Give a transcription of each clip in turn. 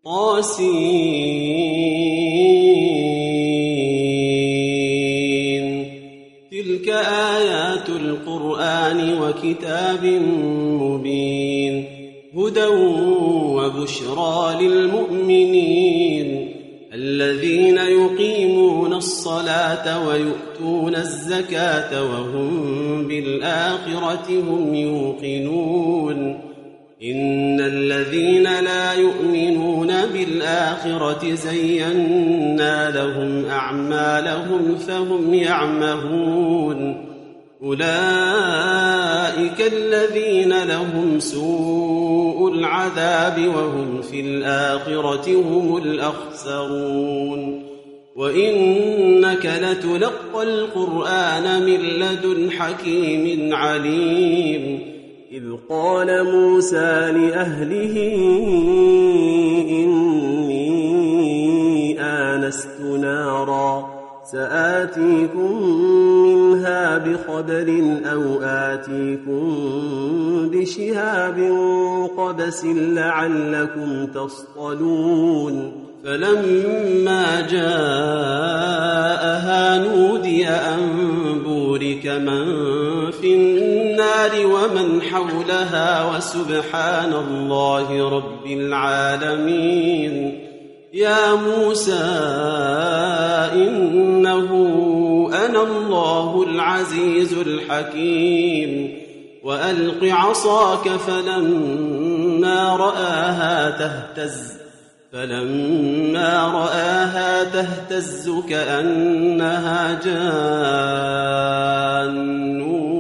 طاسين. تلك آيات القرآن وكتاب مبين، هدى وبشرى للمؤمنين الذين يقيمون الصلاة ويؤتون الزكاة وهم بالآخرة هم يوقنون. إن الذين لا يؤمنون بالآخرة زينا لهم أعمالهم فهم يعمهون. أولئك الذين لهم سوء العذاب وهم في الآخرة هم الأخسرون. وإنك لتلقى القرآن من لدن حكيم عليم. إذ قال موسى لأهله إني آنست نارا سآتيكم منها بخبر أو آتيكم بشهاب قبس لعلكم تصطلون. فلما جاءها نودي أن بورك من في النار ومن حولها وسبحان الله رب العالمين. يا موسى إنه أنا الله العزيز الحكيم. وألق عصاك فلما رآها تهتز كأنها جان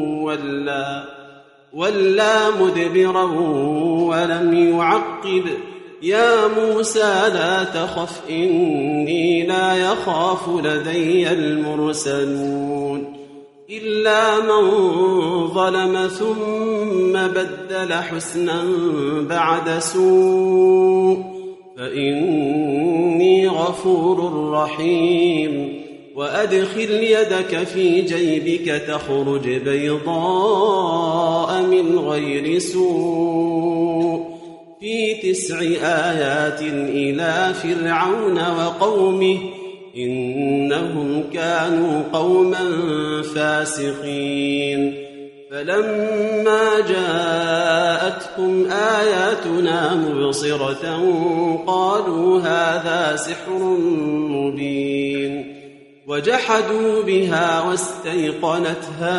ولا مدبرا ولم يعقب. يا موسى لا تخف إني لا يخاف لدي المرسلون. إلا من ظلم ثم بدل حسنا بعد سوء فإني غفور رحيم. وأدخل يدك في جيبك تخرج بيضاء من غير سوء في 9 آيات إلى فرعون وقومه إنهم كانوا قوما فاسقين. فلما جاءتهم آياتنا مبصرة قالوا هذا سحر مبين. وجحدوا بها واستيقنتها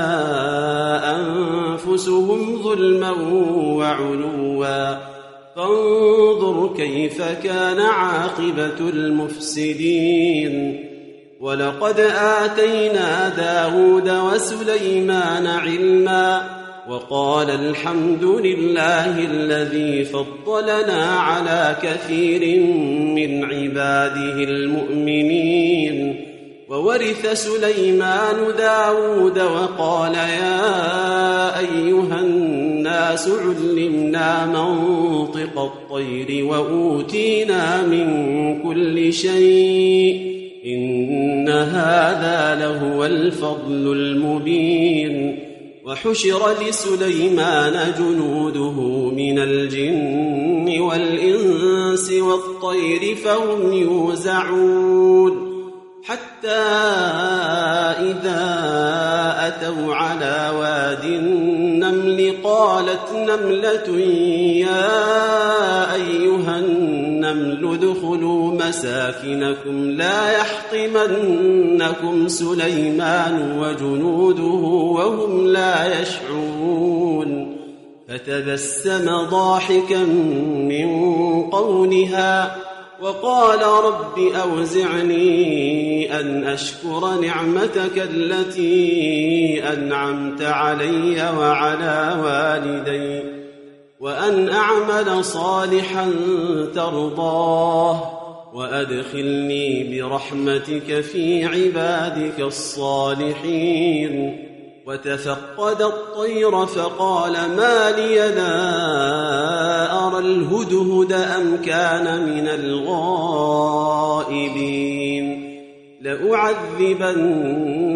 أنفسهم ظلما وعلوا فانظر كيف كان عاقبة المفسدين. ولقد آتينا داود وسليمان علما وقال الحمد لله الذي فضلنا على كثير من عباده المؤمنين. وورث سليمان داود وقال يا أيها الناس علمنا منطق الطير وأوتينا من كل شيء إن هذا لهو الفضل المبين. وحشر لسليمان جنوده من الجن والإنس والطير فهم يوزعون حتى إذا أتوا على واد النمل قالت نملة يا أيها النمل ادخلوا مساكنكم لا يحطمنكم سليمان وجنوده وهم لا يشعرون. فتبسم ضاحكا من قولها وقال رب أوزعني أن أشكر نعمتك التي أنعمت علي وعلى والدي وأن أعمل صالحا ترضاه وأدخلني برحمتك في عبادك الصالحين. وتفقد الطير فقال ما لي لا أرى الهدهد أم كان من الغائبين.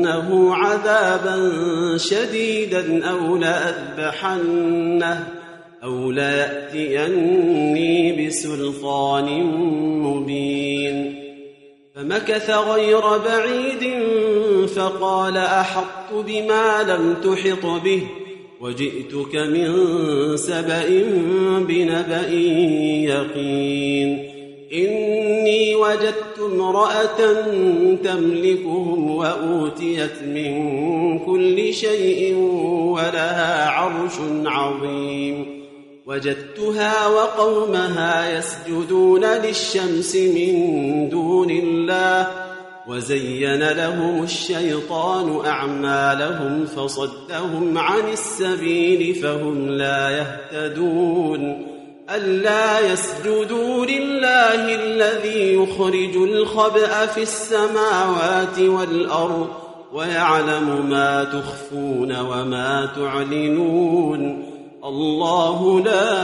لأعذبنه عذابا شديدا أو لأذبحنه أو ليأتيني بسلطان مبين. فمكث غير بعيد فقال أحطت بما لم تحط به وجئتك من سبأ بنبأ يقين. إني وجدت امرأة تملكهم وأوتيت من كل شيء ولها عرش عظيم. وجدتها وقومها يسجدون للشمس من دون الله وزين لهم الشيطان أعمالهم فصدهم عن السبيل فهم لا يهتدون. ألا يسجدوا لله الذي يخرج الخبأ في السماوات والأرض ويعلم ما تخفون وما تعلنون. الله لا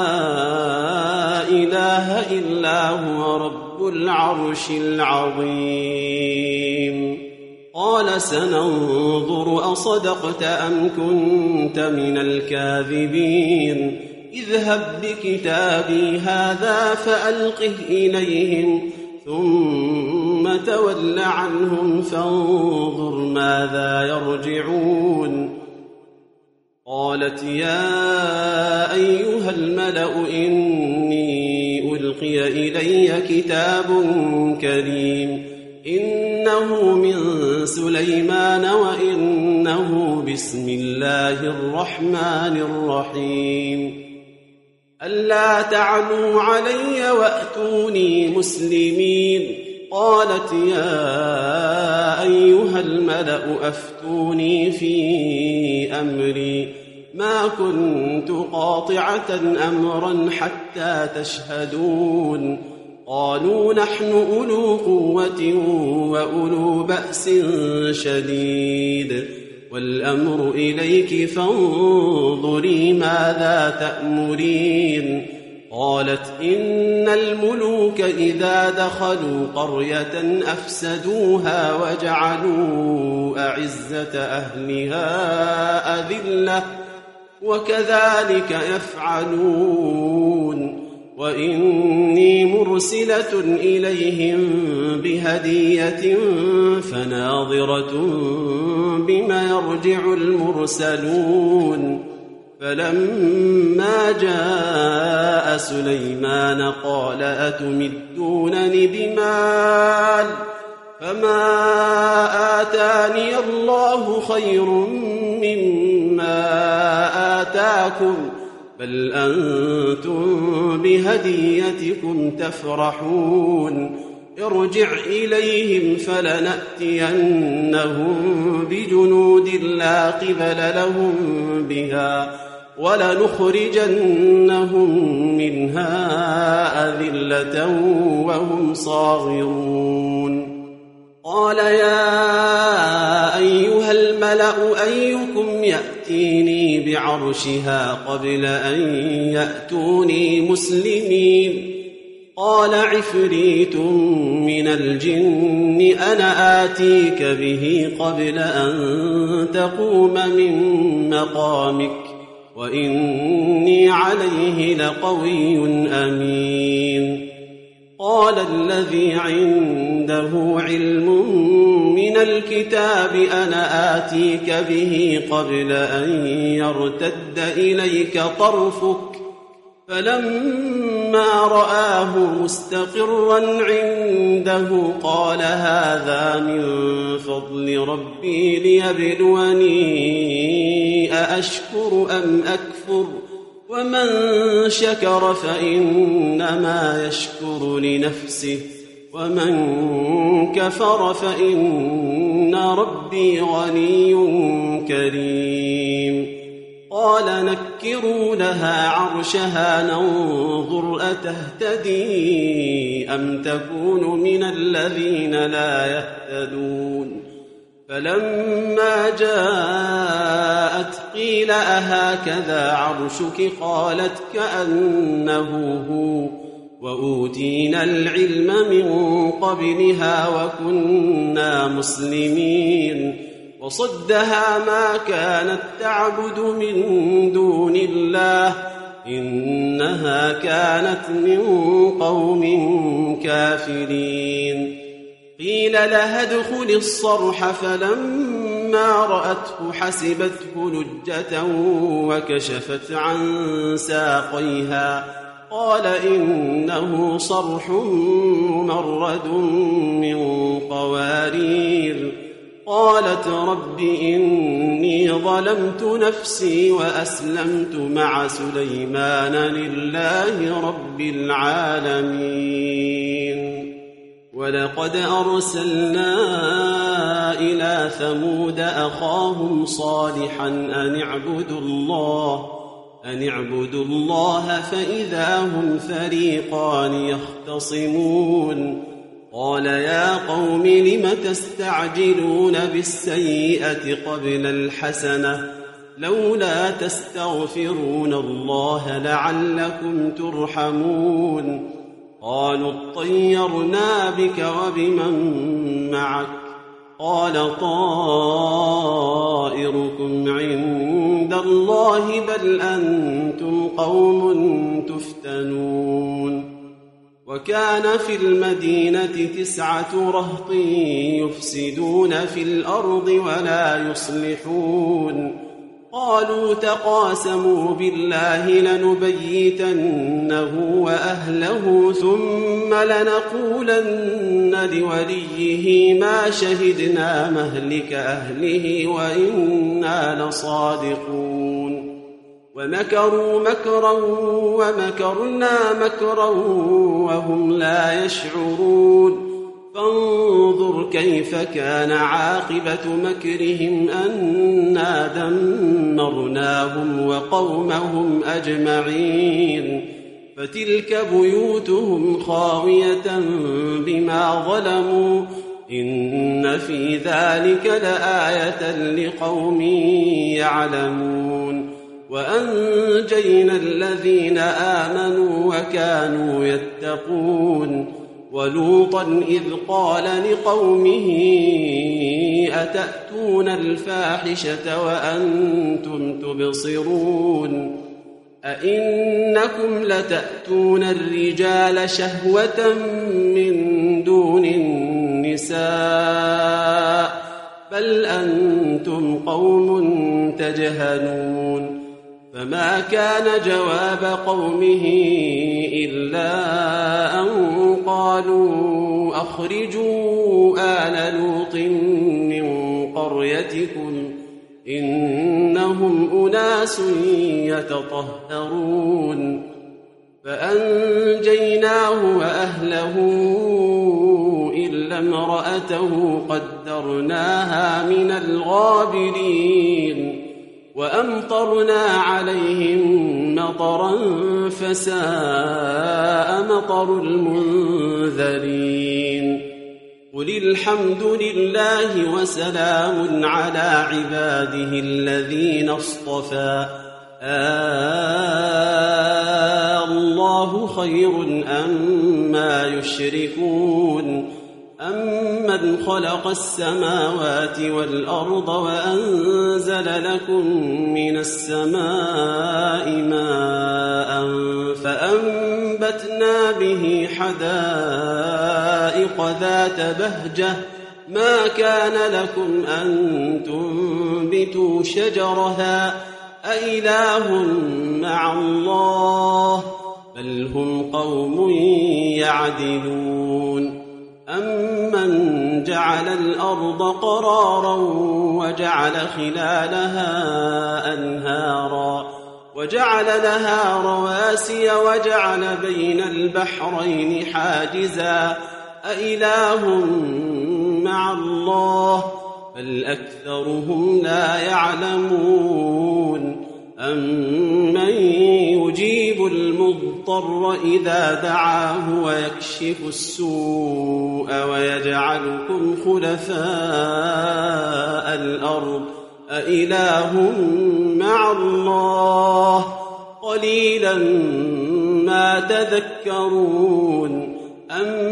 إله إلا هو رب العرش العظيم. قال سننظر أصدقت أم كنت من الكاذبين. اذهب بكتابي هذا فألقه إليهم ثم تول عنهم فانظر ماذا يرجعون. قالت يا أيها الملأ إني ألقي إلي كتاب كريم إنه من سليمان وإنه بسم الله الرحمن الرحيم. ألا تعلوا علي وأتوني مسلمين. قالت يا أيها الملأ أفتوني في أمري ما كنت قاطعة أمرا حتى تشهدون. قالوا نحن أولو قوة وأولو بأس شديد والأمر إليك فانظري ماذا تأمرين. قالت إن الملوك إذا دخلوا قرية أفسدوها وجعلوا أعزة أهلها أذلة وكذلك يفعلون. وإني مرسلة إليهم بهدية فناظرة بما يرجع المرسلون. فلما جاء سليمان قال أتمدونني بمال فما آتاني الله خير مما آتاكم بل أنتم بهديتكم تفرحون. ارجع إليهم فلنأتينهم بجنود لا قبل لهم بها ولنخرجنهم منها أذلة وهم صاغرون. قال يا أيها الملأ أيكم يأتيني بعرشها قبل أن يأتوني مسلمين. قال عفريت من الجن أنا آتيك به قبل أن تقوم من مقامك وإني عليه لقوي أمين. قال الذي عنده علم من الكتاب أنا آتيك به قبل أن يرتد إليك طرفك فلما رآه مستقرا عنده قال هذا من فضل ربي ليبلوني أأشكر أم أكفر ومن شكر فإنما يشكر لنفسه ومن كفر فإن ربي غني كريم. قال نكروا لها عرشها ننظر أتهتدي أم تكون من الذين لا يهتدون. فلما جاءت قيل أهكذا عرشك قالت كأنه هو وأوتينا العلم من قبلها وكنا مسلمين. وصدها ما كانت تعبد من دون الله إنها كانت من قوم كافرين. قيل لها ادخل الصرح فلما رأته حسبته لجة وكشفت عن ساقيها قال إنه صرح ممرد من قوارير. قالت رب إني ظلمت نفسي وأسلمت مع سليمان لله رب العالمين. ولقد أرسلنا إلى ثمود أخاهم صالحا أن اعبدوا الله فإذا هم فريقان يختصمون. قال يا قوم لم تستعجلون بالسيئة قبل الحسنة لولا تستغفرون الله لعلكم ترحمون. قالوا اطيرنا بك وبمن معك قال طائركم عند الله بل أنتم قوم تفتنون. وكان في المدينة 9 رهط يفسدون في الأرض ولا يصلحون. قالوا تقاسموا بالله لنبيتنه وأهله ثم لنقولن لوليه ما شهدنا مهلك أهله وإنا لصادقون. ومكروا مكرا ومكرنا مكرا وهم لا يشعرون. فانظر كيف كان عاقبة مكرهم أنا دمرناهم وقومهم أجمعين. فتلك بيوتهم خاوية بما ظلموا إن في ذلك لآية لقوم يعلمون. وأنجينا الذين آمنوا وكانوا يتقون. ولوطا إذ قال لقومه أتأتون الفاحشة وأنتم تبصرون أئنكم لتأتون الرجال شهوة من دون النساء بل أنتم قوم تجهلون. فما كان جواب قومه إلا أن قالوا أخرجوا آل لوط من قريتكم إنهم أناس يتطهرون. فأنجيناه وأهله إلا امرأته قدرناها من الغابرين. وأمطرنا عليهم مطرا فساء مطر المنذرين. قل الحمد لله وسلام على عباده الذين اصطفى الله خير أما يشركون. أمن خلق السماوات والأرض وأنزل لكم من السماء ماء فأنبتنا به حدائق ذات بهجة ما كان لكم أن تنبتوا شجرها أإله مع الله بل هم قوم يعدلون. أمن جعل الأرض قرارا وجعل خلالها أنهارا وجعل لها رواسي وجعل بين البحرين حاجزا أإله مع الله بل أكثرهم لا يعلمون. أمن يجيب المضطر إذا دعاه ويكشف السوء ويجعلكم خلفاء الأرض أإله مع الله قليلا ما تذكرون.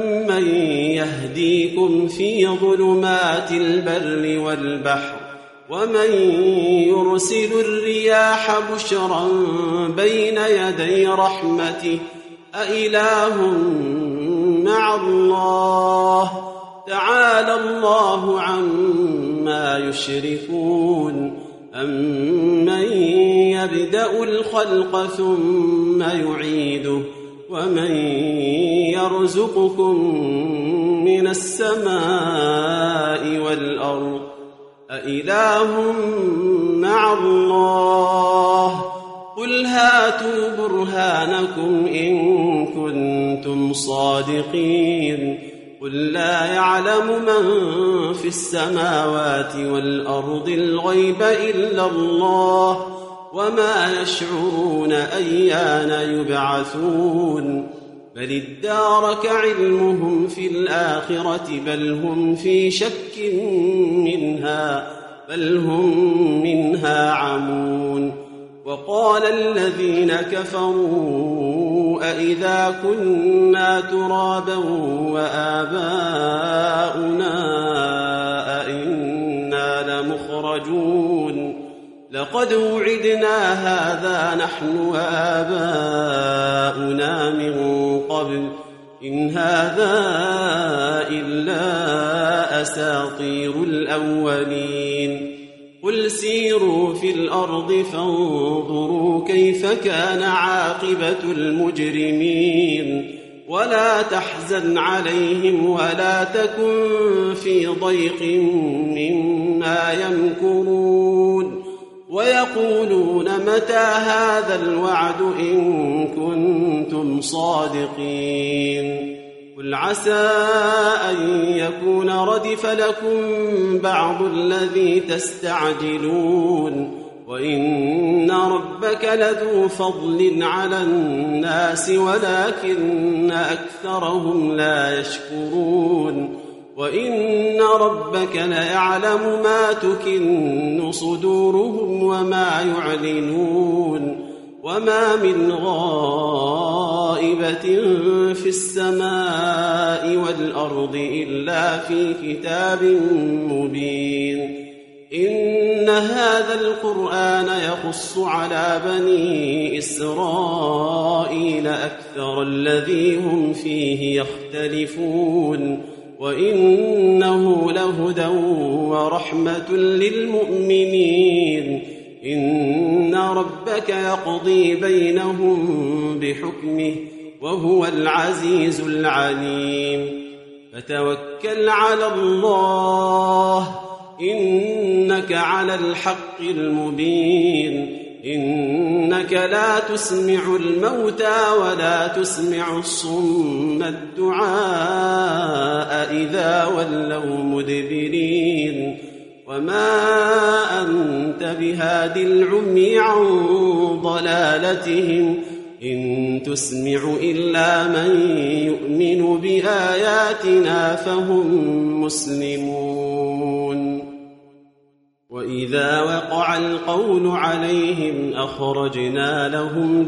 أمن يهديكم في ظلمات البر والبحر ومن يرسل الرياح بشرا بين يدي رحمته أإله مع الله تعالى الله عما يشركون أمن يبدأ الخلق ثم يعيده ومن يرزقكم من السماء والأرض أإله مع الله قل هاتوا برهانكم إن كنتم صادقين قل لا يعلم من في السماوات والأرض الغيب إلا الله وما يشعرون أيان يبعثون بل ادارك علمهم في الآخرة بل هم في شك منها بل هم منها عمون وقال الذين كفروا أإذا كنا ترابا وآباؤنا أئنا لمخرجون لقد وعدنا هذا نحن وآباؤنا من قبل إن هذا إلا أساطير الأولين قل سيروا في الأرض فانظروا كيف كان عاقبة المجرمين ولا تحزن عليهم ولا تكن في ضيق مما يمكرون ويقولون متى هذا الوعد إن كنتم صادقين قل عسى أن يكون ردف لكم بعض الذي تستعجلون وإن ربك لذو فضل على الناس ولكن أكثرهم لا يشكرون وإن ربك ليعلم ما تكن صدورهم وما يعلنون وما من غائبة في السماء والأرض إلا في كتاب مبين إن هذا القرآن يخص على بني إسرائيل أكثر الذي هم فيه يختلفون وإنه لهدى ورحمة للمؤمنين إن ربك يقضي بينهم بحكمه وهو العزيز العليم فتوكل على الله إنك على الحق المبين إنك لا تسمع الموتى ولا تسمع الصم الدعاء إذا ولوا مدبرين وما أنت بهاد العمي عن ضلالتهم إن تسمع إلا من يؤمن بآياتنا فهم مسلمون وإذا وقع القول عليهم أخرجنا لهم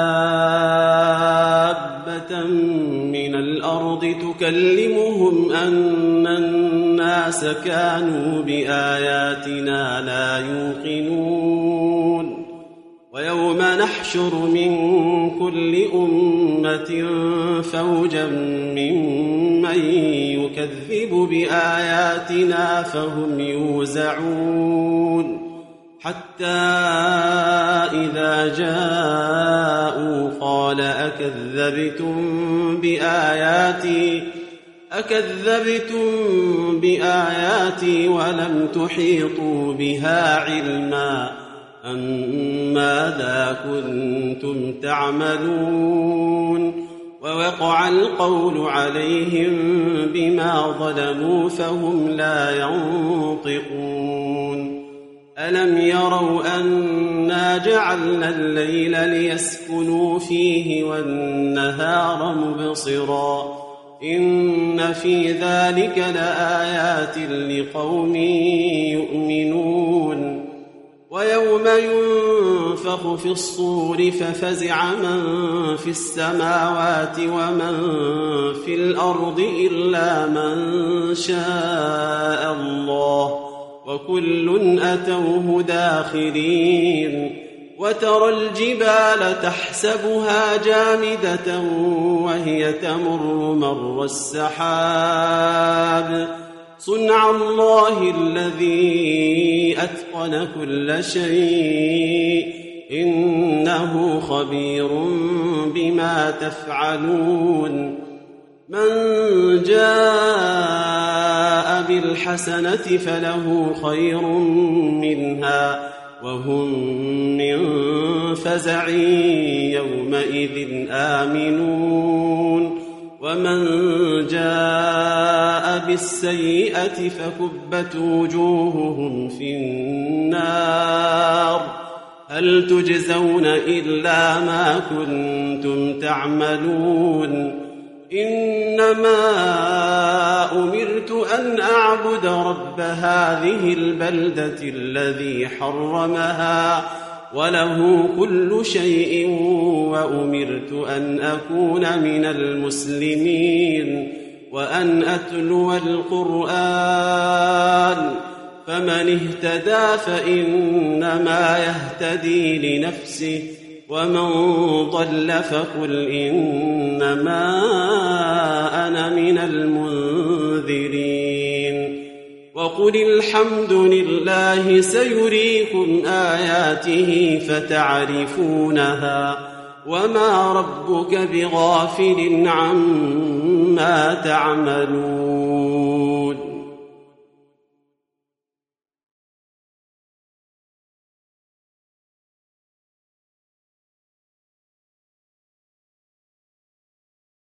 دابة من الأرض تكلمهم أن الناس كانوا بآياتنا لا يوقنون ويوم نحشر من كل أمة فوجا ممن يكذب بآياتنا فهم يوزعون حتى إذا جاءوا قال أكذبتم بآياتي ولم تحيطوا بها علما أم ماذا كنتم تعملون ووقع القول عليهم بما ظلموا فهم لا ينطقون ألم يروا أنا جعلنا الليل ليسكنوا فيه والنهار مبصرا إن في ذلك لآيات لقوم يؤمنون ويوم ينفخ في الصور ففزع من في السماوات ومن في الأرض إلا من شاء الله وكل أتوه داخرين وترى الجبال تحسبها جامدة وهي تمر مر السحاب صنع الله الذي أتقن كل شيء إنه خبير بما تفعلون من جاء بالحسنة فله خير منها وهم من فزع يومئذ آمنون ومن جاء بالسيئة فكبت وجوههم في النار هل تجزون إلا ما كنتم تعملون إنما أمرت أن أعبد رب هذه البلدة الذي حرمها وله كل شيء وأمرت أن أكون من المسلمين وأن أتلو القرآن فمن اهتدى فإنما يهتدي لنفسه ومن ضل فقل إنما أنا من المنذرين وقل الحمد لله سيريكم آياته فتعرفونها وما ربك بغافل عما تعملون